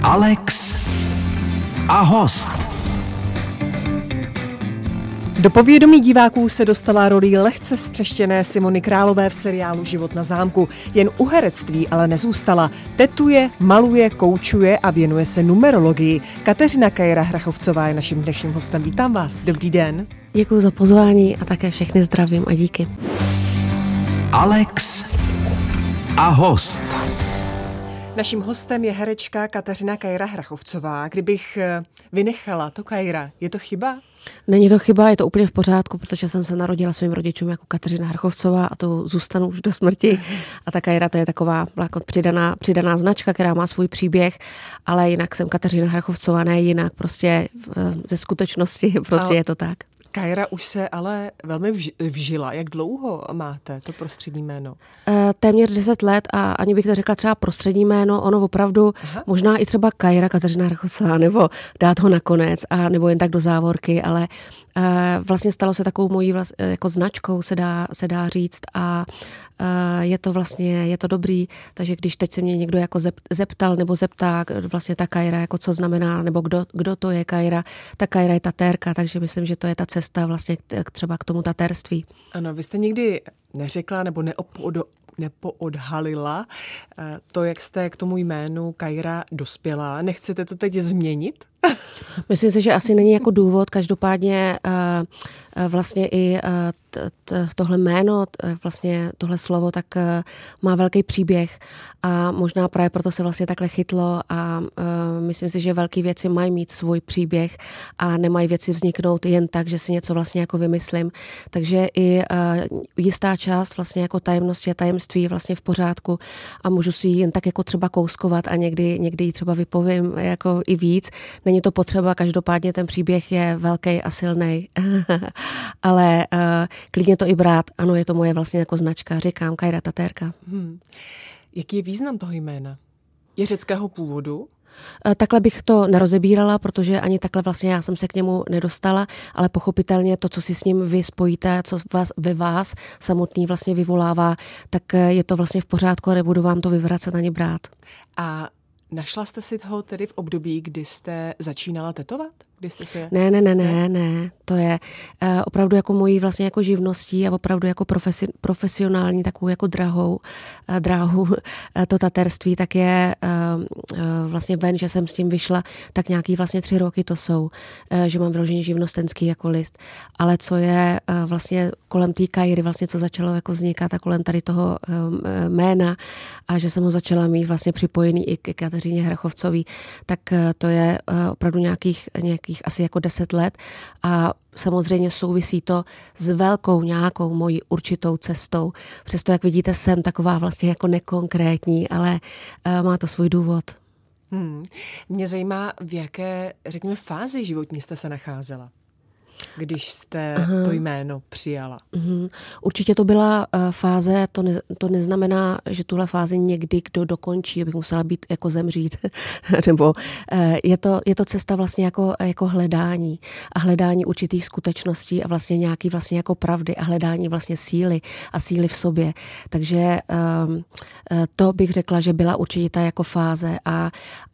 Alex a host. Do povědomí diváků se dostala roli lehce střeštěné Simony Králové v seriálu Život na zámku. Jen u herectví ale nezůstala. Tetuje, maluje, koučuje a věnuje se numerologii. Kateřina Kajra-Hrachovcová je naším dnešním hostem. Vítám vás. Dobrý den. Děkuji za pozvání a také všechny zdravím a díky. Alex a host. Naším hostem je herečka Kateřina Kajra-Hrachovcová. Kdybych vynechala to Kajra, je to chyba? Není to chyba, je to úplně v pořádku, protože jsem se narodila svým rodičům jako Kateřina Hrachovcová a to zůstanu už do smrti. A ta Kajra, to je taková jako přidaná značka, která má svůj příběh, ale jinak jsem Kateřina Hrachovcová, ne jinak, prostě ze skutečnosti prostě je to tak. Kajra už se ale velmi vžila. Jak dlouho máte to prostřední jméno? Téměř 10 let a ani bych to řekla třeba prostřední jméno, ono opravdu, možná i třeba Kajra Kateřina Hrachovcová, nebo dát ho nakonec, a nebo jen tak do závorky, ale vlastně stalo se takovou mojí jako značkou, se dá říct, a je to dobrý, takže když teď se mě někdo jako zeptal nebo zeptá vlastně ta Kajra, jako co znamená, nebo kdo to je Kajra, ta Kajra je tatérka, takže myslím, že to je ta cesta vlastně třeba k tomu tatérství. Ano, vy jste nikdy neřekla nebo nepoodhalila to, jak jste k tomu jménu Kajra dospěla. Nechcete to teď změnit? Myslím si, že asi není jako důvod, každopádně vlastně i tohle jméno, vlastně tohle slovo, tak má velký příběh a možná právě proto se vlastně takhle chytlo a myslím si, že velké věci mají mít svůj příběh a nemají věci vzniknout jen tak, že si něco vlastně jako vymyslím. Takže i jistá část vlastně jako tajemnosti a tajemství je vlastně v pořádku a můžu si ji jen tak jako třeba kouskovat a někdy ji třeba vypovím jako i víc. Není to potřeba, každopádně ten příběh je velký a silný, ale klidně to i brát. Ano, je to moje vlastně jako značka, říkám Kajra tatérka. Jaký je význam toho jména? Je řeckého původu? Takhle bych to nerozebírala, protože ani takhle vlastně já jsem se k němu nedostala, ale pochopitelně to, co si s ním vy spojíte, co ve vás samotný vlastně vyvolává, tak je to vlastně v pořádku a nebudu vám to vyvracet ani brát. A našla jste si ho tedy v období, kdy jste začínala tetovat? Kdy jste si... Ne. To je opravdu jako mojí vlastně jako živností a opravdu jako profesionální takovou jako dráhu to tatérství, tak je vlastně ven, že jsem s tím vyšla, tak nějaký vlastně 3 roky to jsou, že mám vyloženě živnostenský jako list. Ale co je vlastně kolem té Kajry, vlastně co začalo jako vznikat a kolem tady toho jména a že jsem ho začala mít vlastně připojený i k Kateřině Hrachovcový, tak to je opravdu nějakých asi jako 10 let a samozřejmě souvisí to s velkou nějakou mojí určitou cestou. Přesto, jak vidíte, jsem taková vlastně jako nekonkrétní, ale má to svůj důvod. Mě zajímá, v jaké, řekněme, fázi životní jste se nacházela, když jste to jméno přijala. Určitě to byla fáze, to neznamená, že tuhle fázi někdy kdo dokončí, bych musela být jako zemřít. Nebo je to cesta vlastně jako hledání a hledání určitých skutečností a vlastně nějaký vlastně jako pravdy a hledání vlastně síly a síly v sobě. Takže to bych řekla, že byla určitě ta jako fáze a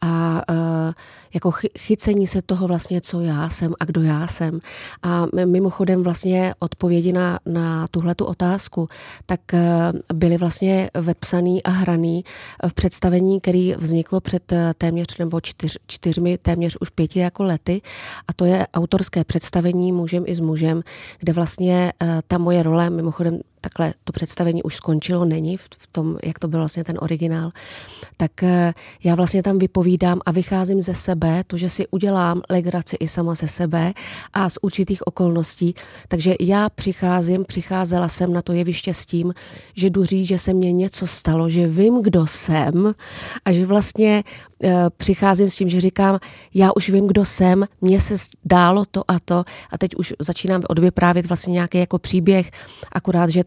jako chycení se toho vlastně, co já jsem a kdo já jsem. A mimochodem vlastně odpovědi na tuhletu otázku, tak byly vlastně vepsaný a hraný v představení, který vzniklo před téměř nebo 4, téměř už 5 jako lety. A to je autorské představení Mužem i s mužem, kde vlastně ta moje role, mimochodem takhle to představení už skončilo, není v tom, jak to byl vlastně ten originál, tak já vlastně tam vypovídám a vycházím ze sebe, to, že si udělám legraci i sama ze sebe a z určitých okolností. Takže já přicházela jsem na to jeviště s tím, že jdu říct, že se mně něco stalo, že vím, kdo jsem a že vlastně přicházím s tím, že říkám, já už vím, kdo jsem, mně se dálo to a teď už začínám odvyprávět vlastně nějaký jako příběh, akorát, že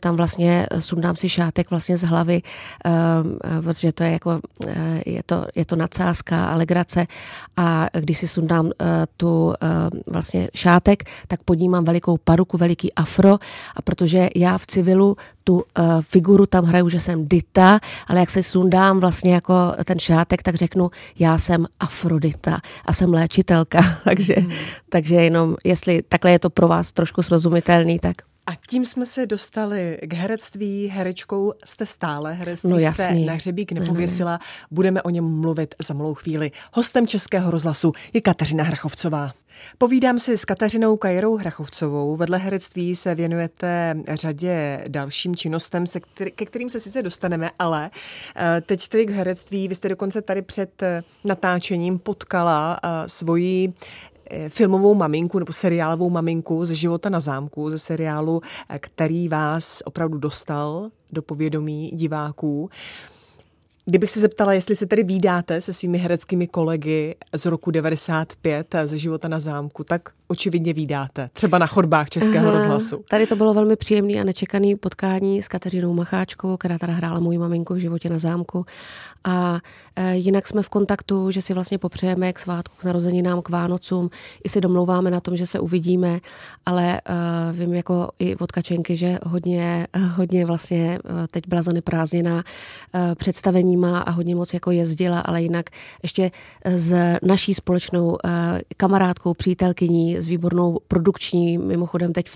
tam vlastně sundám si šátek vlastně z hlavy, protože to je jako, je to nadsázka a legrace a když si sundám tu vlastně šátek, tak pod ní mám velikou paruku, veliký afro a protože já v civilu tu figuru tam hraju, že jsem Dita, ale jak se sundám vlastně jako ten šátek, tak řeknu, já jsem Afrodita a jsem léčitelka, takže jenom, jestli takhle je to pro vás trošku srozumitelný, tak... A tím jsme se dostali k herectví. Herečkou jste stále, herectví jste na hřebík nepověsila. Budeme o něm mluvit za malou chvíli. Hostem Českého rozhlasu je Kateřina Hrachovcová. Povídám si s Kateřinou Kajerou Hrachovcovou. Vedle herectví se věnujete řadě dalším činnostem, ke kterým se sice dostaneme, ale teď tedy k herectví. Vy jste dokonce tady před natáčením potkala svoji filmovou maminku nebo seriálovou maminku ze Života na zámku, ze seriálu, který vás opravdu dostal do povědomí diváků. Kdybych se zeptala, jestli se tedy vídáte se svými hereckými kolegy z roku 95 ze Života na zámku, tak očividně vídáte. Třeba na chodbách Českého rozhlasu. Tady to bylo velmi příjemné a nečekané potkání s Kateřinou Macháčkovou, která teda hrála moji maminku v Životě na zámku. A jinak jsme v kontaktu, že si vlastně popřejeme k svátku, k narozeninám, k Vánocům. I si domlouváme na tom, že se uvidíme, ale vím jako i od Kačenky, že hodně vlastně teď byla zaneprázdněná představeníma a hodně moc jako jezdila, ale jinak ještě s naší společnou kamarádkou, přítelkyní, s výbornou produkční, mimochodem teď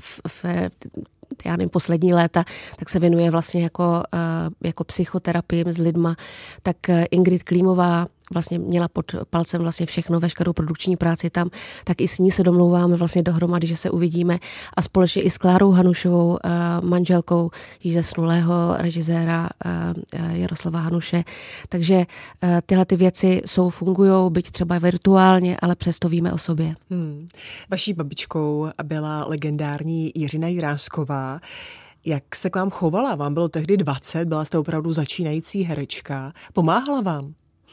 já nevím, poslední léta, tak se věnuje vlastně jako psychoterapii s lidma, tak Ingrid Klímová vlastně měla pod palcem vlastně všechno, veškerou produkční práci tam, tak i s ní se domlouváme vlastně dohromady, že se uvidíme a společně i s Klárou Hanušovou, manželkou již zesnulého režiséra Jaroslava Hanuše. Takže tyhle ty věci fungujou, byť třeba virtuálně, ale přesto víme o sobě. Vaší babičkou byla legendární Jiřina Jirásková. Jak se k vám chovala? Vám bylo tehdy 20, byla jste opravdu začínající herečka. Pomáhala vám?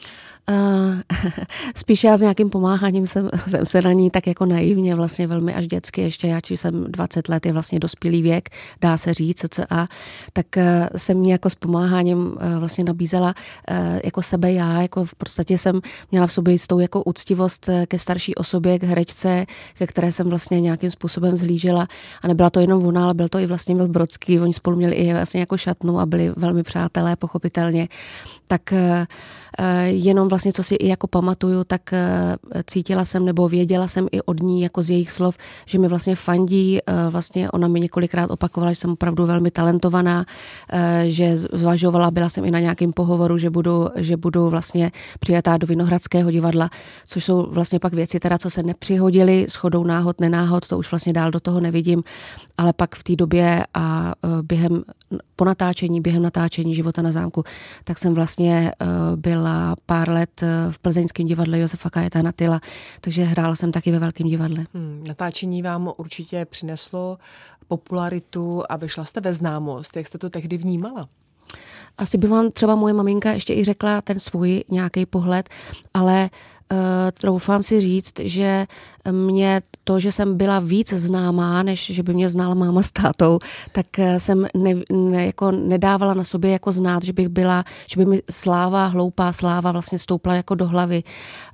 Spíš já s nějakým pomáháním jsem se na ní tak jako naivně vlastně velmi až dětsky, ještě já, či jsem 20 let, je vlastně dospělý věk, dá se říct, tak jsem mě jako s pomáháním vlastně nabízela jako sebe já, jako v podstatě jsem měla v sobě jistou jako úctivost ke starší osobě, k herečce, ke které jsem vlastně nějakým způsobem vzhlížela a nebyla to jenom ona, ale byl to i vlastně Milt Brodský, oni spolu měli i vlastně jako šatnu a byli velmi přátelé, pochopitelně, tak jenom vlastně, co si i jako pamatuju, tak cítila jsem nebo věděla jsem i od ní jako z jejich slov, že mi vlastně fandí, vlastně ona mi několikrát opakovala, že jsem opravdu velmi talentovaná, že zvažovala, byla jsem i na nějakém pohovoru, že budu vlastně přijatá do Vinohradského divadla, což jsou vlastně pak věci teda, co se nepřihodily, shodou náhod, nenáhod, to už vlastně dál do toho nevidím, ale pak v té době a během natáčení Života na zámku, tak jsem vlastně byla pár let v plzeňském divadle Josefa Kajetána Tyla, takže hrála jsem taky ve velkém divadle. Natáčení vám určitě přineslo popularitu a vyšla jste ve známost. Jak jste to tehdy vnímala? Asi by vám třeba moje maminka ještě i řekla ten svůj nějaký pohled, ale troufám si říct, že mě to, že jsem byla víc známá, než že by mě znala máma s tátou, tak jsem jako nedávala na sobě jako znát, že by mi hloupá sláva vlastně stoupla jako do hlavy.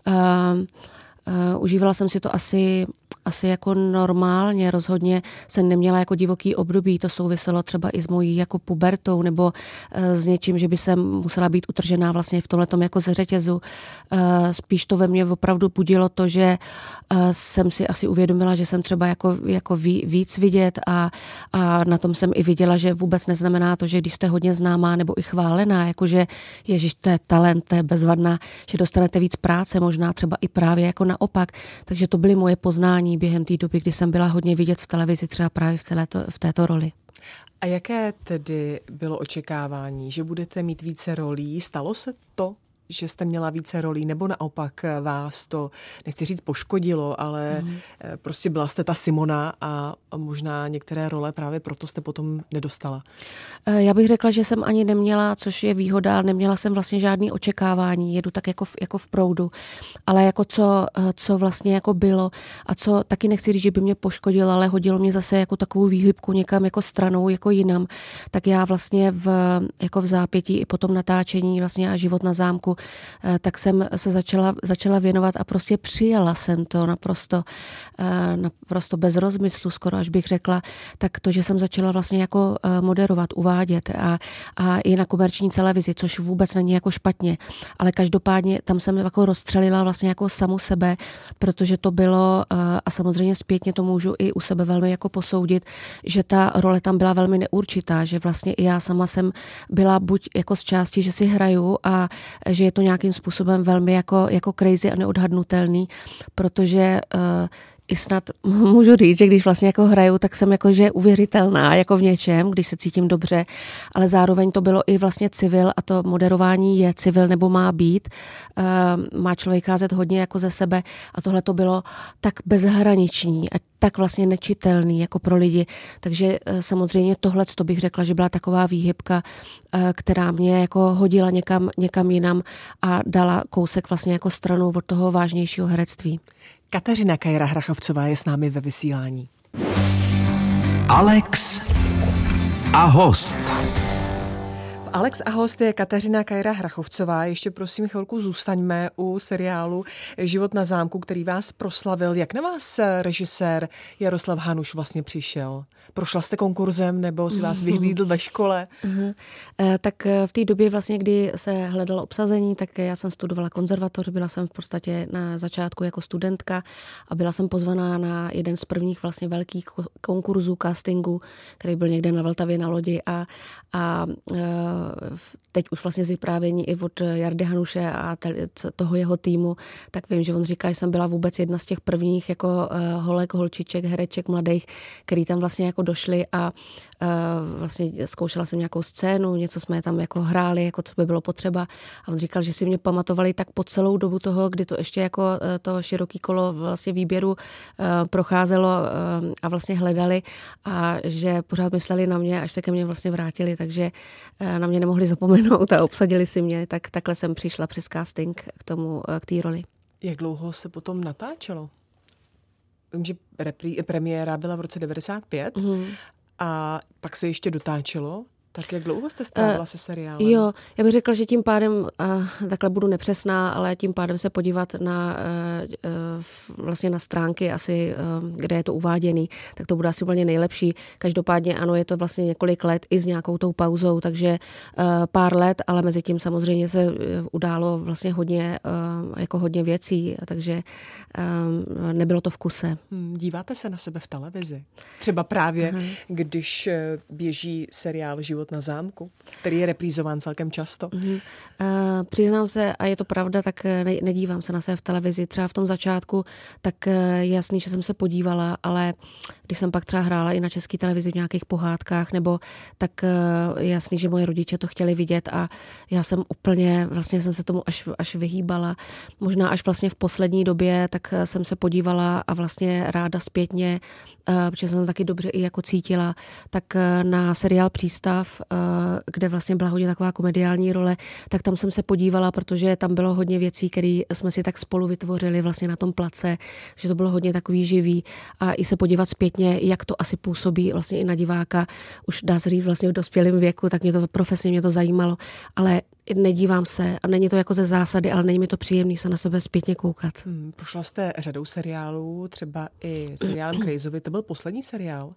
Užívala jsem si to asi jako normálně, rozhodně jsem neměla jako divoký období, to souviselo třeba i s mojí jako pubertou nebo s něčím, že by jsem musela být utržená vlastně v tomhletom jako ze řetězu. Spíš to ve mně opravdu budilo to, že jsem si asi uvědomila, že jsem třeba jako víc vidět a na tom jsem i viděla, že vůbec neznamená to, že když jste hodně známá nebo i chválená, jakože ježiš, to je talent, to je bezvadná, že dostanete víc práce, možná třeba i právě jako naopak. Takže to byly moje poznání během té doby, kdy jsem byla hodně vidět v televizi, třeba právě v této roli. A jaké tedy bylo očekávání, že budete mít více rolí? Stalo se to? že jste měla více rolí, nebo naopak vás to, nechci říct poškodilo, ale prostě byla jste ta Simona a možná některé role právě proto jste potom nedostala? Já bych řekla, že jsem ani neměla, což je výhoda, neměla jsem vlastně žádný očekávání, jedu tak jako v proudu, ale jako co vlastně jako bylo a co taky nechci říct, že by mě poškodilo, ale hodilo mě zase jako takovou výhybku někam jako stranou, jako jinam, tak já vlastně jako v zápětí i po tom natáčení vlastně a Život na zámku, tak jsem se začala věnovat a prostě přijala jsem to naprosto bez rozmyslu, skoro až bych řekla, tak to, že jsem začala vlastně jako moderovat, uvádět a i na komerční televizi, což vůbec není jako špatně, ale každopádně tam jsem jako rozstřelila vlastně jako samu sebe, protože to bylo a samozřejmě zpětně to můžu i u sebe velmi jako posoudit, že ta role tam byla velmi neurčitá, že vlastně i já sama jsem byla buď jako z části, že si hraju a že je to nějakým způsobem velmi jako crazy a neodhadnutelný, protože i snad můžu říct, že když vlastně jako hraju, tak jsem jakože uvěřitelná jako v něčem, když se cítím dobře, ale zároveň to bylo i vlastně civil a to moderování je civil nebo má být. Má člověk házet hodně jako ze sebe a tohle to bylo tak bezhraniční a tak vlastně nečitelný jako pro lidi. Takže samozřejmě tohle, to bych řekla, že byla taková výhybka, která mě jako hodila někam jinam a dala kousek vlastně jako stranou od toho vážnějšího herectví. Kateřina Kajra Hrachovcová je s námi ve vysílání. Alex a host. Alex a host je Kateřina Kajra Hrachovcová. Ještě prosím chvilku zůstaňme u seriálu Život na zámku, který vás proslavil. Jak na vás režisér Jaroslav Hanuš vlastně přišel? Prošla jste konkurzem nebo si vás vyhlídl ve škole? Tak v té době vlastně, kdy se hledalo obsazení, tak já jsem studovala konzervatoř, byla jsem v podstatě na začátku jako studentka a byla jsem pozvaná na jeden z prvních vlastně velkých konkurzů, castingu, který byl někde na Vltavě na lodi a teď už vlastně z vyprávění i od Jardy Hanuše a toho jeho týmu, tak vím, že on říká, že jsem byla vůbec jedna z těch prvních jako holek, holčiček, hereček mladých, který tam vlastně jako došli a vlastně zkoušela jsem nějakou scénu, něco jsme tam jako hráli, jako co by bylo potřeba a on říkal, že si mě pamatovali tak po celou dobu toho, kdy to ještě jako to široký kolo vlastně výběru procházelo a vlastně hledali a že pořád mysleli na mě, až se ke mně vlastně vrátili, takže na mě nemohli zapomenout a obsadili si mě, tak takhle jsem přišla přes casting k té roli. Jak dlouho se potom natáčelo? Vím, že premiéra byla v roce 95 a pak se ještě dotáčelo. Tak jak dlouho jste strávila se seriálem? Jo, já bych řekla, že tím pádem, takhle budu nepřesná, ale tím pádem se podívat vlastně na stránky asi, kde je to uváděný, tak to bude asi úplně nejlepší. Každopádně ano, je to vlastně několik let i s nějakou tou pauzou, takže pár let, ale mezi tím samozřejmě se událo vlastně hodně věcí, takže nebylo to v kuse. Díváte se na sebe v televizi? Třeba právě, když běží seriál Život na zámku, který je reprízován celkem často. Přiznám se, a je to pravda, tak nedívám se na sebe v televizi. Třeba v tom začátku, tak je jasný, že jsem se podívala, ale když jsem pak třeba hrála i na české televizi v nějakých pohádkách, nebo tak je jasný, že moje rodiče to chtěli vidět a já jsem úplně, vlastně jsem se tomu až vyhýbala. Možná až vlastně v poslední době, tak jsem se podívala a vlastně ráda zpětně, protože jsem taky dobře i jako cítila, tak na seriál Přístav, kde vlastně byla hodně taková komediální role, tak tam jsem se podívala, protože tam bylo hodně věcí, které jsme si tak spolu vytvořili vlastně na tom place, že to bylo hodně takový živý a i se podívat zpětně, jak to asi působí vlastně i na diváka, už dá se říct vlastně v dospělém věku, tak mě to profesně mě to zajímalo, ale nedívám se a není to jako ze zásady, ale není mi to příjemný se na sebe zpětně koukat. Prošla jste řadou seriálů, třeba i seriálem Krejzovi, to byl poslední seriál?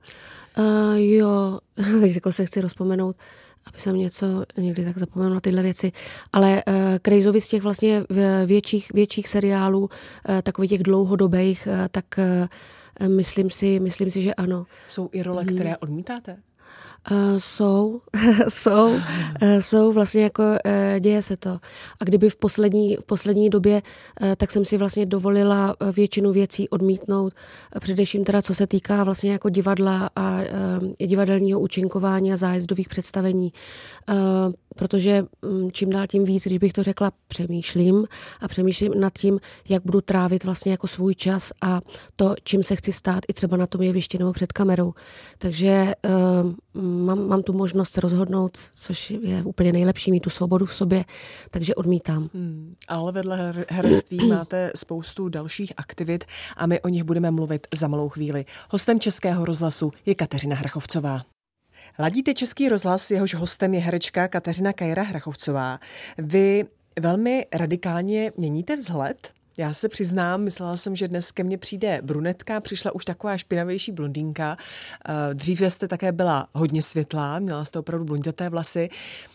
Jo, teď jako se chci rozpomenout, aby jsem něco někdy tak zapomenula na tyhle věci, ale Krejzovi z těch vlastně větších seriálů, takových těch dlouhodobých, tak myslím si, že ano. Jsou i role, které odmítáte? Jsou vlastně jako děje se to. A kdyby v poslední době, tak jsem si vlastně dovolila většinu věcí odmítnout, především teda co se týká vlastně jako divadla a divadelního účinkování a zájezdových představení. Protože čím dál tím víc, když bych to řekla, přemýšlím nad tím, jak budu trávit vlastně jako svůj čas a to, čím se chci stát i třeba na tom jevišti nebo před kamerou. Takže mám tu možnost se rozhodnout, což je úplně nejlepší, mít tu svobodu v sobě, takže odmítám. Ale vedle herectví máte spoustu dalších aktivit a my o nich budeme mluvit za malou chvíli. Hostem Českého rozhlasu je Kateřina Hrachovcová. Ladíte Český rozhlas, jehož hostem je herečka Kateřina Kajra Hrachovcová. Vy velmi radikálně měníte vzhled. Já se přiznám, myslela jsem, že dnes ke mně přijde brunetka, přišla už taková špinavější blondýnka. Dříve jste také byla hodně světlá, měla jste opravdu blonděté vlasy.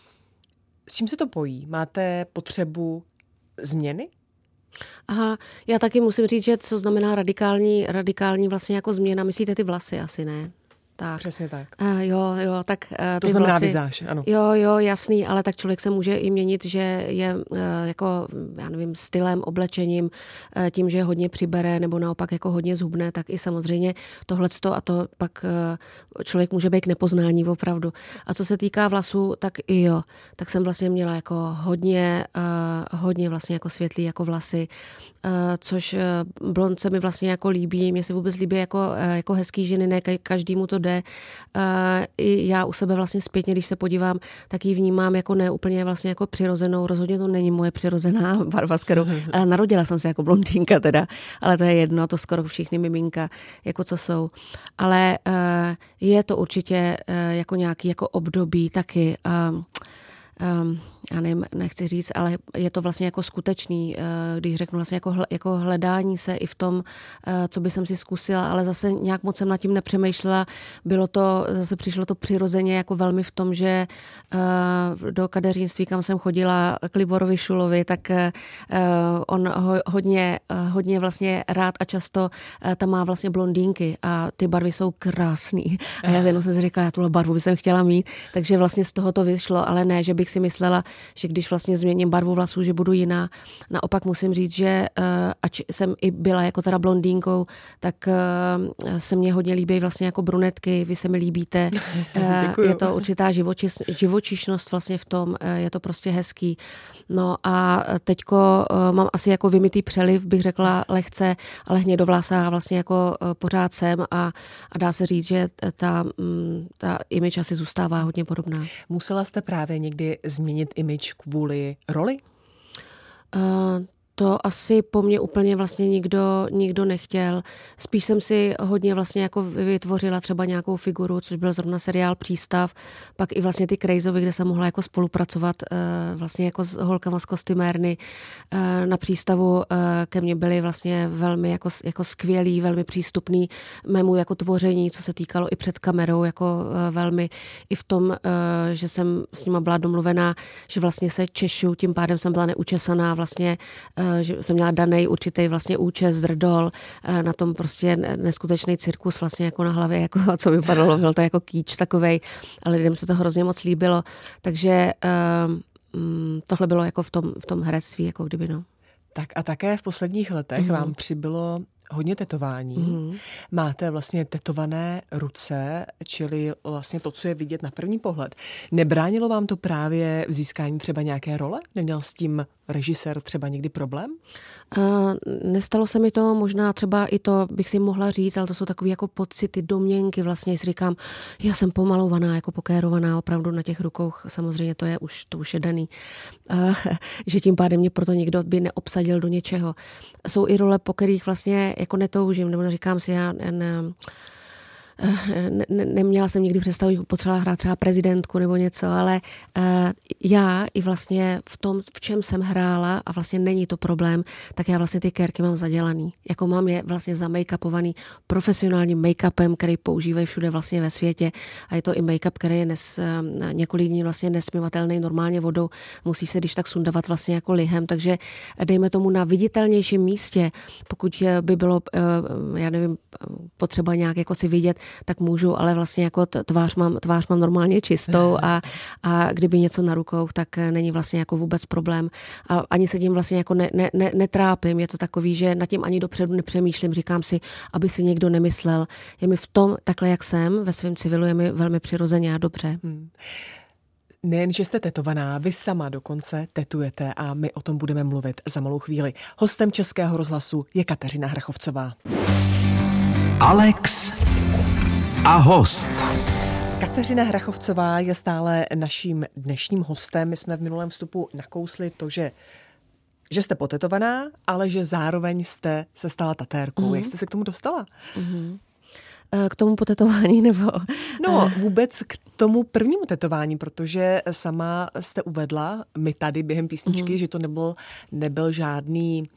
S čím se to pojí? Máte potřebu změny? Aha, já taky musím říct, že co znamená radikální vlastně jako změna. Myslíte ty vlasy asi, ne? Tak. Přesně tak. Jo, tak to znamená vizáž, ano. Jo, jasný, ale tak člověk se může i měnit, že je jako, já nevím, stylem, oblečením, tím, že hodně přibere nebo naopak jako hodně zhubne, tak i samozřejmě tohleto a to pak člověk může být k nepoznání opravdu. A co se týká vlasů, tak i jo, tak jsem vlastně měla jako hodně vlastně jako světlý jako vlasy, což blond se mi vlastně jako líbí, mně se vůbec líbí jako hezký ženy, ne každému to jde. I já u sebe vlastně zpětně, když se podívám, tak ji vnímám jako ne úplně vlastně jako přirozenou. Rozhodně to není moje přirozená barva, s kterou, ale narodila jsem se jako blondýnka teda, ale to je jedno, to skoro všichni miminka, jako co jsou. Ale je to určitě jako nějaký jako období taky, já nevím, nechci říct, ale je to vlastně jako skutečný, když řeknu vlastně jako hledání se i v tom, co by jsem si zkusila, ale zase nějak moc jsem nad tím nepřemýšlela. Přišlo to přirozeně jako velmi v tom, že do kadeřnictví, kam jsem chodila k Liborovi Šulovi, tak on hodně vlastně rád a často tam má vlastně blondýnky a ty barvy jsou krásný. A já jenom jsem si řekla, já tuhle barvu bych chtěla mít, takže vlastně z toho to vyšlo, ale ne, že bych si myslela, že když vlastně změním barvu vlasů, že budu jiná. Naopak musím říct, že ač jsem i byla jako teda blondýnkou, tak se mně hodně líbí vlastně jako brunetky, vy se mi líbíte. Je to určitá živočišnost vlastně v tom, je to prostě hezký. No a teďko mám asi jako vymytý přeliv, bych řekla lehce, ale hnědovlasá vlastně jako pořád jsem a dá se říct, že ta image asi zůstává hodně podobná. Musela jste právě někdy změnit image kvůli roli? To asi po mně úplně vlastně nikdo nechtěl. Spíš jsem si hodně vlastně jako vytvořila třeba nějakou figuru, což byl zrovna seriál Přístav, pak i vlastně ty Krejzovi, kde jsem mohla jako spolupracovat vlastně jako s holkama z kostymérny na Přístavu. Ke mně byli vlastně velmi jako skvělý, velmi přístupný mému jako tvoření, co se týkalo i před kamerou, jako velmi i v tom, že jsem s nima byla domluvená, že vlastně se češu, tím pádem jsem byla neučesaná vlastně, že jsem měla danej určitý vlastně účes, drdol, na tom prostě neskutečný cirkus vlastně jako na hlavě, jako co vypadalo, byl to jako kýč takovej, ale lidem se to hrozně moc líbilo, takže tohle bylo jako v tom herectví, jako kdyby no. Tak a také v posledních letech vám přibylo hodně tetování. Máte vlastně tetované ruce, čili vlastně to, co je vidět na první pohled. Nebránilo vám to právě v získání třeba nějaké role? Neměl s tím režisér třeba někdy problém? Nestalo se mi to, možná třeba i to bych si mohla říct, ale to jsou takové jako pocity, domněnky, vlastně si říkám, já jsem pomalovaná, jako pokérovaná opravdu na těch rukou, samozřejmě to už je daný, že tím pádem mě proto nikdo by neobsadil do něčeho. Jsou i role, po kterých vlastně jako netoužím, nebo říkám si, neměla jsem nikdy představu, že potřebovala hrát třeba prezidentku nebo něco, ale já i vlastně v tom, v čem jsem hrála a vlastně není to problém, tak já vlastně ty kérky mám zadělaný. Jako mám je vlastně zamake-upovaný profesionálním make-upem, který používají všude vlastně ve světě a je to i make-up, který je několik dní vlastně nesmívatelný normálně vodou, musí se když tak sundavat vlastně jako lihem, takže dejme tomu na viditelnějším místě, pokud by bylo, já nevím, potřeba nějak jako si vidět, tak můžu, ale vlastně jako tvář mám normálně čistou a kdyby něco na rukou, tak není vlastně jako vůbec problém. A ani se tím vlastně jako netrápím. Je to takový, že nad tím ani dopředu nepřemýšlím. Říkám si, aby si někdo nemyslel. Je mi v tom, takhle jak jsem, ve svém civilu je mi velmi přirozeně a dobře. Nejen, že jste tetovaná, vy sama dokonce tetujete a my o tom budeme mluvit za malou chvíli. Hostem Českého rozhlasu je Kateřina Hrachovcová. Alex a host. Kateřina Hrachovcová je stále naším dnešním hostem. My jsme v minulém vstupu nakousli to, že jste potetovaná, ale že zároveň jste se stala tatérkou. Jak jste se k tomu dostala? K tomu potetování nebo... No, vůbec k tomu prvnímu tetování, protože sama jste uvedla, my tady během písničky, že to nebyl žádný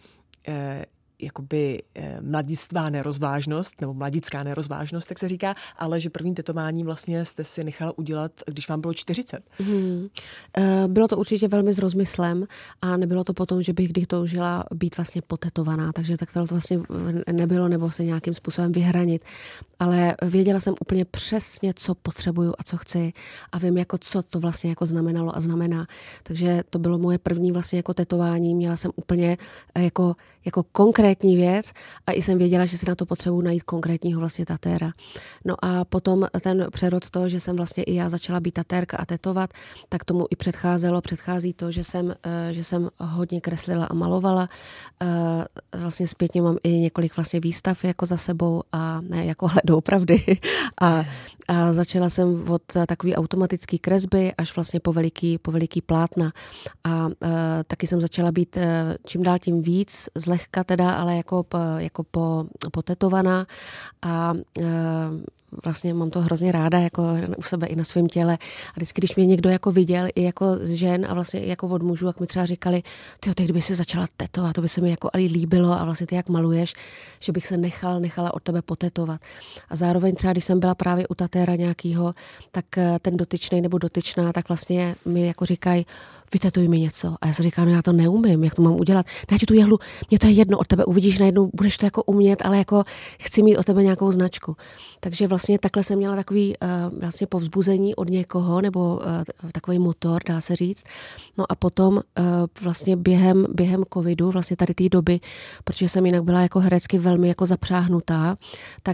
mladistvá nerozvážnost, nebo mladická nerozvážnost, tak se říká, ale že první tetování vlastně jste si nechala udělat, když vám bylo 40. Bylo to určitě velmi s rozmyslem a nebylo to potom, že bych kdy toužila být vlastně potetovaná, takže tak to vlastně nebylo, nebo se nějakým způsobem vyhranit, ale věděla jsem úplně přesně, co potřebuju a co chci a vím, jako co to vlastně jako znamenalo a znamená. Takže to bylo moje první vlastně jako tetování, měla jsem úplně jako konkrétní věc a i jsem věděla, že si na to potřebuji najít konkrétního vlastně tatéra. No a potom ten přerod to, že jsem vlastně i já začala být tatérka a tetovat, tak tomu i předchází to, že jsem hodně kreslila a malovala. Vlastně zpětně mám i několik vlastně výstav jako za sebou a ne jako ale doopravdy. A začala jsem od takový automatický kresby až vlastně po veliký plátna. A taky jsem začala být čím dál tím víc, zlehka teda, ale jako potetovaná a vlastně mám to hrozně ráda jako u sebe i na svém těle. A vždycky, když mě někdo jako viděl i jako z žen a vlastně i jako od mužů, jak mi třeba říkali, ty kdyby si začala tetovat, to by se mi jako ale líbilo a vlastně ty jak maluješ, že bych se nechala od tebe potetovat. A zároveň třeba, když jsem byla právě u tatéra nějakýho, tak ten dotyčnej nebo dotyčná, tak vlastně mi jako říkají, vytetuj mi něco. A já se říkám, no já to neumím, jak to mám udělat. Dá ti tu jehlu, mě to je jedno, od tebe uvidíš najednou, budeš to jako umět, ale jako chci mít od tebe nějakou značku. Takže vlastně takhle jsem měla takový vlastně povzbuzení od někoho, nebo takový motor, dá se říct. No a potom vlastně během covidu, vlastně tady té doby, protože jsem jinak byla jako herecky velmi jako zapřáhnutá, tak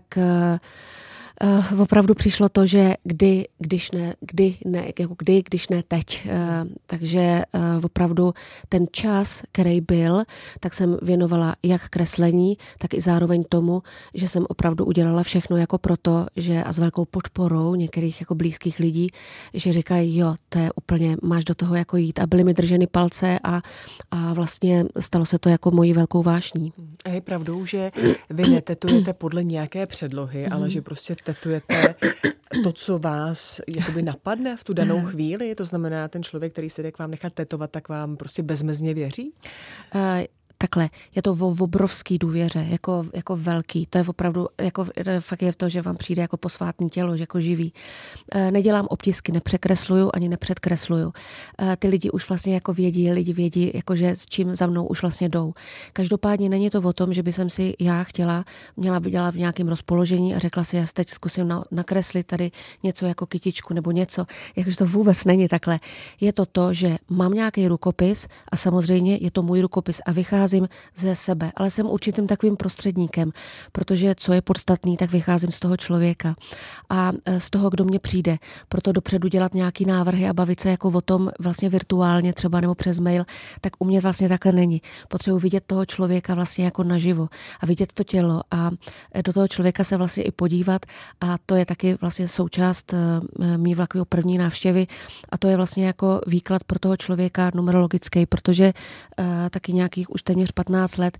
opravdu přišlo to, že když ne teď. Takže opravdu ten čas, který byl, tak jsem věnovala jak kreslení, tak i zároveň tomu, že jsem opravdu udělala všechno jako proto, že a s velkou podporou některých jako blízkých lidí, že říkají, jo, to je úplně, máš do toho jako jít. A byly mi drženy palce a vlastně stalo se to jako mojí velkou vášní. A je pravdou, že vy netetujete podle nějaké předlohy, ale že prostě tetujete to, co vás jakoby napadne v tu danou chvíli? To znamená, ten člověk, který se jde k vám nechat tetovat, tak vám prostě bezmezně věří? Takhle, je to o obrovský důvěře, jako velký. To je opravdu, fakt je to, že vám přijde jako posvátný tělo, že jako živý. Nedělám obtisky, nepřekresluju ani nepředkresluju. Ty lidi už vlastně jako lidi vědí, jakože s čím za mnou už vlastně jdou. Každopádně není to o tom, že by jsem si měla by dělat v nějakém rozpoložení a řekla si, já teď zkusím nakreslit tady něco jako kytičku nebo něco. Jakože to vůbec není takhle. Je to, že mám nějaký rukopis a samozřejmě je to můj rukopis a vycházím ze sebe, ale jsem určitým takovým prostředníkem, protože co je podstatný, tak vycházím z toho člověka a z toho, kdo mě přijde. Proto dopředu dělat nějaký návrhy a bavit se jako o tom vlastně virtuálně třeba nebo přes mail, tak u mě vlastně takhle není. Potřebuji vidět toho člověka vlastně jako naživo a vidět to tělo a do toho člověka se vlastně i podívat a to je taky vlastně součást mý vlastně první návštěvy a to je vlastně jako výklad pro toho člověka numerologický, protože taky nějakých už téměř 15 let,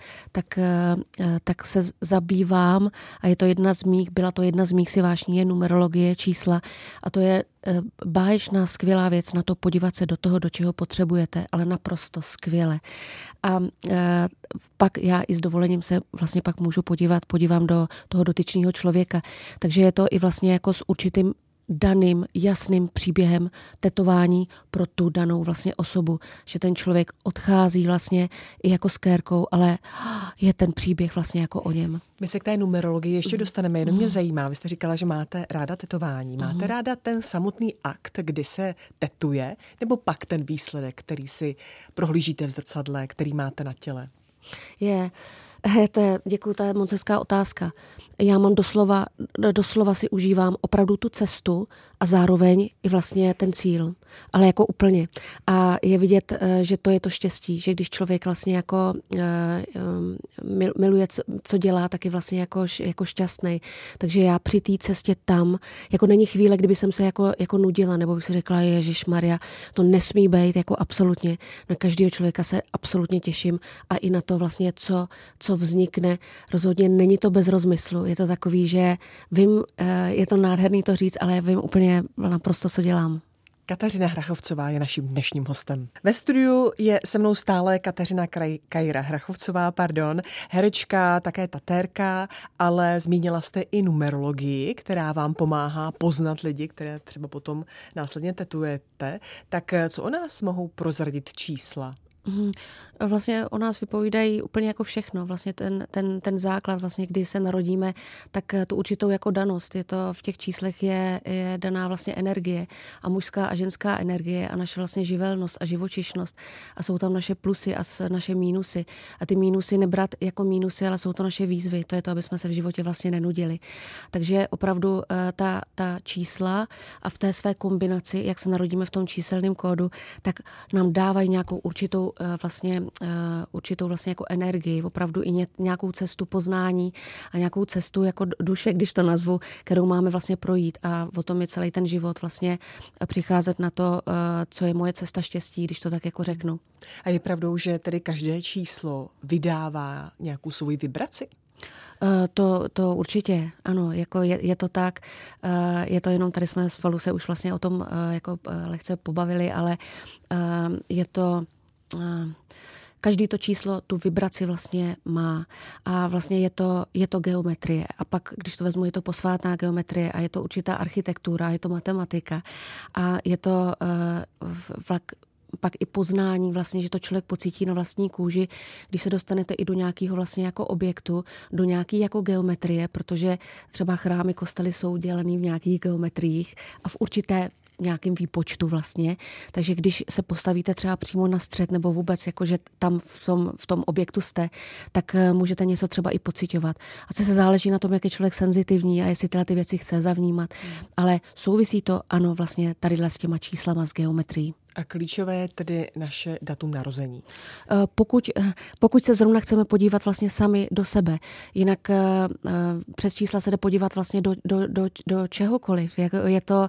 tak se zabývám a byla to jedna z mých si vášní je numerologie, čísla a to je báječná skvělá věc na to podívat se do toho, do čeho potřebujete, ale naprosto skvěle. A pak já i s dovolením se vlastně pak můžu podívám do toho dotyčného člověka. Takže je to i vlastně jako s určitým daným jasným příběhem tetování pro tu danou vlastně osobu, že ten člověk odchází vlastně i jako s kérkou, ale je ten příběh vlastně jako o něm. My se k té numerologii ještě dostaneme, jenom mě zajímá, vy jste říkala, že máte ráda tetování. Máte ráda ten samotný akt, kdy se tetuje, nebo pak ten výsledek, který si prohlížíte v zrcadle, který máte na těle? Děkuju, to je moc hezká otázka. Já mám doslova si užívám opravdu tu cestu a zároveň i vlastně ten cíl, ale jako úplně. A je vidět, že to je to štěstí, že když člověk vlastně jako miluje, co dělá, tak je vlastně jako šťastný. Takže já při té cestě tam, jako není chvíle, kdyby jsem se jako nudila, nebo bych si řekla, Ježišmarja, to nesmí být, jako absolutně. Na každého člověka se absolutně těším a i na to vlastně, co vznikne. Rozhodně není to bez rozmyslu. Je to takový, že vím, je to nádherný to říct, ale vím úplně naprosto, co dělám. Kateřina Hrachovcová je naším dnešním hostem. Ve studiu je se mnou stále Kateřina Kajra Hrachovcová, herečka, také tatérka, ale zmínila jste i numerologii, která vám pomáhá poznat lidi, které třeba potom následně tetujete. Tak co o nás mohou prozradit čísla? Vlastně o nás vypovídají úplně jako všechno. Vlastně ten základ, vlastně, kdy se narodíme, tak tu určitou jako danost. Je to v těch číslech je daná vlastně energie a mužská a ženská energie a naše vlastně živelnost a živočišnost. A jsou tam naše plusy a naše mínusy. A ty mínusy nebrat jako mínusy, ale jsou to naše výzvy. To je to, aby jsme se v životě vlastně nenudili. Takže opravdu ta čísla a v té své kombinaci, jak se narodíme v tom číselném kódu, tak nám dávají nějakou určitou vlastně jako energii, opravdu i nějakou cestu poznání a nějakou cestu jako duše, když to nazvu, kterou máme vlastně projít a o tom je celý ten život vlastně přicházet na to, co je moje cesta štěstí, když to tak jako řeknu. A je pravdou, že tedy každé číslo vydává nějakou svoji vibraci? To určitě, ano, jako je to tak, je to jenom, tady jsme spolu se už vlastně o tom jako lehce pobavili, ale je to každý to číslo tu vibraci vlastně má a vlastně je to geometrie a pak, když to vezmu, je to posvátná geometrie a je to určitá architektura, je to matematika a je to pak i poznání vlastně, že to člověk pocítí na vlastní kůži, když se dostanete i do nějakého vlastně jako objektu, do nějaký jako geometrie, protože třeba chrámy, kostely jsou dělaný v nějakých geometriích a v určité nějakým výpočtu vlastně. Takže když se postavíte třeba přímo na střed nebo vůbec, jakože tam v tom objektu jste, tak můžete něco třeba i pociťovat. A co se záleží na tom, jak je člověk senzitivní a jestli tyhle ty věci chce zavnímat. Ale souvisí to, ano, vlastně tadyhle s těma číslama, s geometrií. A klíčové je tedy naše datum narození. Pokud se zrovna chceme podívat vlastně sami do sebe, jinak přes čísla se jde podívat vlastně do čehokoliv. Je to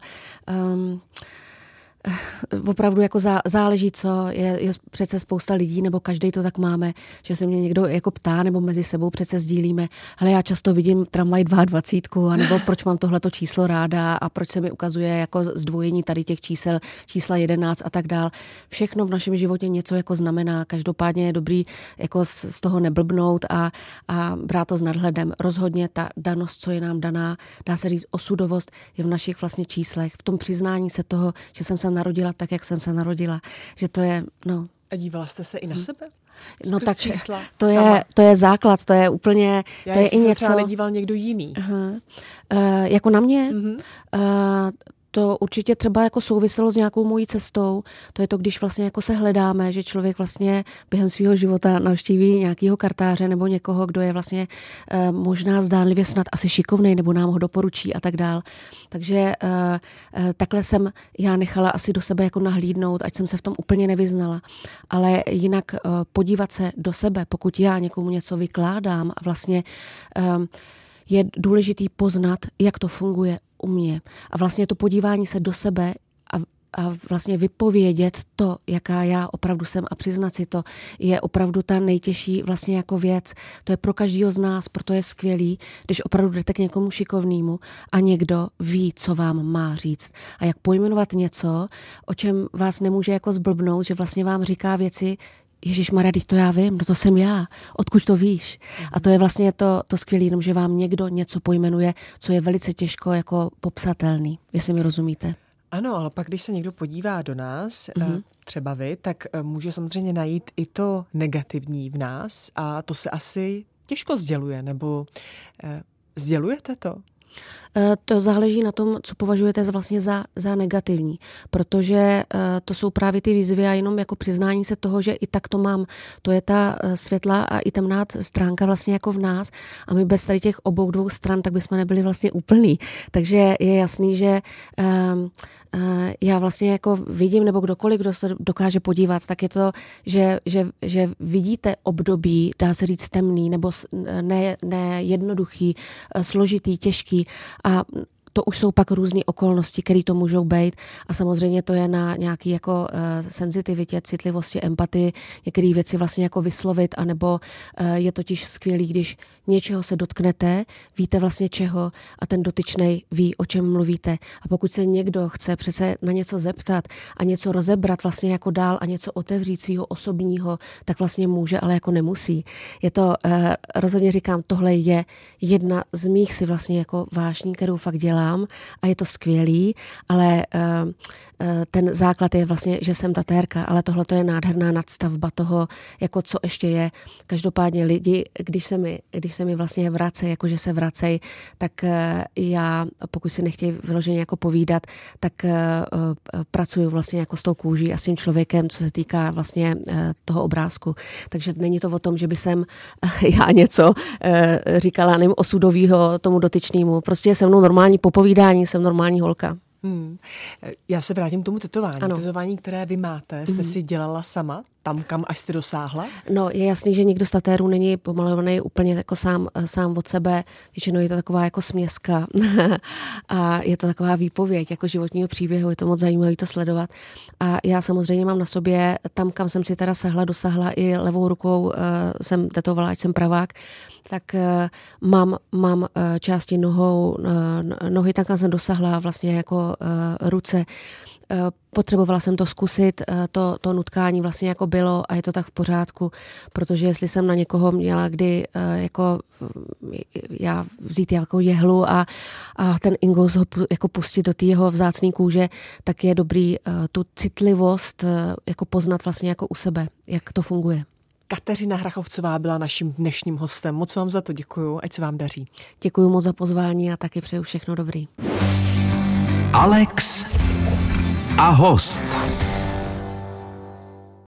opravdu jako záleží, co je přece spousta lidí, nebo každý to tak máme, že se mě někdo jako ptá, nebo mezi sebou přece sdílíme, ale já často vidím tramvaj 22, anebo proč mám tohleto číslo ráda a proč se mi ukazuje jako zdvojení tady těch čísla 11 a tak dál. Všechno v našem životě něco jako znamená, každopádně je dobrý jako z toho neblbnout a brát to s nadhledem. Rozhodně ta danost, co je nám daná, dá se říct osudovost, je v našich vlastně číslech, v tom přiznání se toho, že jsem se narodila tak, jak jsem se narodila. Že to je, no. A dívala jste se i na sebe? No tak to je základ, to je úplně, já to je i něco. třeba nedíval někdo jiný. Jako na mě? To určitě třeba jako souviselo s nějakou mojí cestou. To je to, když vlastně jako se hledáme, že člověk vlastně během svého života navštíví nějakého kartáře nebo někoho, kdo je vlastně možná zdánlivě snad asi šikovnej nebo nám ho doporučí a tak dál. Takže takhle jsem já nechala asi do sebe jako nahlídnout, ať jsem se v tom úplně nevyznala. Ale jinak podívat se do sebe, pokud já někomu něco vykládám a vlastně je důležitý poznat, jak to funguje u mě. A vlastně to podívání se do sebe a vlastně vypovědět to, jaká já opravdu jsem a přiznat si to, je opravdu ta nejtěžší vlastně jako věc. To je pro každého z nás, proto je skvělý, když opravdu jdete k někomu šikovnému a někdo ví, co vám má říct. A jak pojmenovat něco, o čem vás nemůže jako zblbnout, že vlastně vám říká věci, Ježišmarja, to já vím, to jsem já, odkud to víš? A to je vlastně to skvělé, jenom že vám někdo něco pojmenuje, co je velice těžko jako popsatelný, jestli mi rozumíte. Ano, ale pak, když se někdo podívá do nás, třeba vy, tak může samozřejmě najít i to negativní v nás a to se asi těžko sděluje, nebo sdělujete to? To záleží na tom, co považujete vlastně za negativní, protože to jsou právě ty výzvy a jenom jako přiznání se toho, že i tak to mám, to je ta světlá a i temná stránka vlastně jako v nás a my bez tady těch obou dvou stran, tak bychom nebyli vlastně úplný. Takže je jasný, že já vlastně jako vidím, nebo kdokoliv, kdo se dokáže podívat, tak je to, že vidíte období, dá se říct temný, nebo nejednoduchý, složitý, těžký a to už jsou pak různé okolnosti, které to můžou být a samozřejmě to je na nějaký jako senzitivitě, citlivosti, empatii, některé věci vlastně jako vyslovit, anebo je totiž skvělý, když něčeho se dotknete, víte vlastně čeho a ten dotyčnej ví, o čem mluvíte. A pokud se někdo chce přece na něco zeptat a něco rozebrat vlastně jako dál a něco otevřít svého osobního, tak vlastně může, ale jako nemusí. Je to, rozhodně říkám, tohle je jedna z mých si vlastně jako vášní, kterou fakt dělám a je to skvělý, ale ten základ je vlastně, že jsem tatérka, ale tohle to je nádherná nadstavba toho, jako co ještě je. Každopádně lidi, když se mi vlastně vracejí, jakože se vracejí, tak já, pokud si nechtějí vyloženě jako povídat, tak pracuju vlastně jako s tou kůží a s tím člověkem, co se týká vlastně toho obrázku. Takže není to o tom, že by jsem já něco říkala, nevím, osudovýho tomu dotyčnému. Prostě je se mnou normální popovídání, jsem normální holka. Já se vrátím k tomu tetování. Ano. Tetování, které vy máte, jste si dělala sama? Tam, kam až jste dosáhla? No, je jasný, že nikdo z tatérů není pomalovaný úplně jako sám od sebe. Většinou je to taková jako směska a je to taková výpověď jako životního příběhu. Je to moc zajímavé to sledovat. A já samozřejmě mám na sobě, tam, kam jsem si teda dosáhla i levou rukou, jsem tetovala, ať jsem pravák, tak mám části nohy, tam, kam jsem dosáhla, vlastně jako ruce. Potřebovala jsem to zkusit, to nutkání vlastně jako bylo a je to tak v pořádku, protože jestli jsem na někoho měla kdy jako já vzít jako jehlu a ten ingus ho jako pustit do té jeho vzácné kůže, tak je dobrý tu citlivost jako poznat vlastně jako u sebe, jak to funguje. Kateřina Hrachovcová byla naším dnešním hostem. Moc vám za to děkuju, ať se vám daří. Děkuju moc za pozvání a taky přeju všechno dobrý. Alex a host.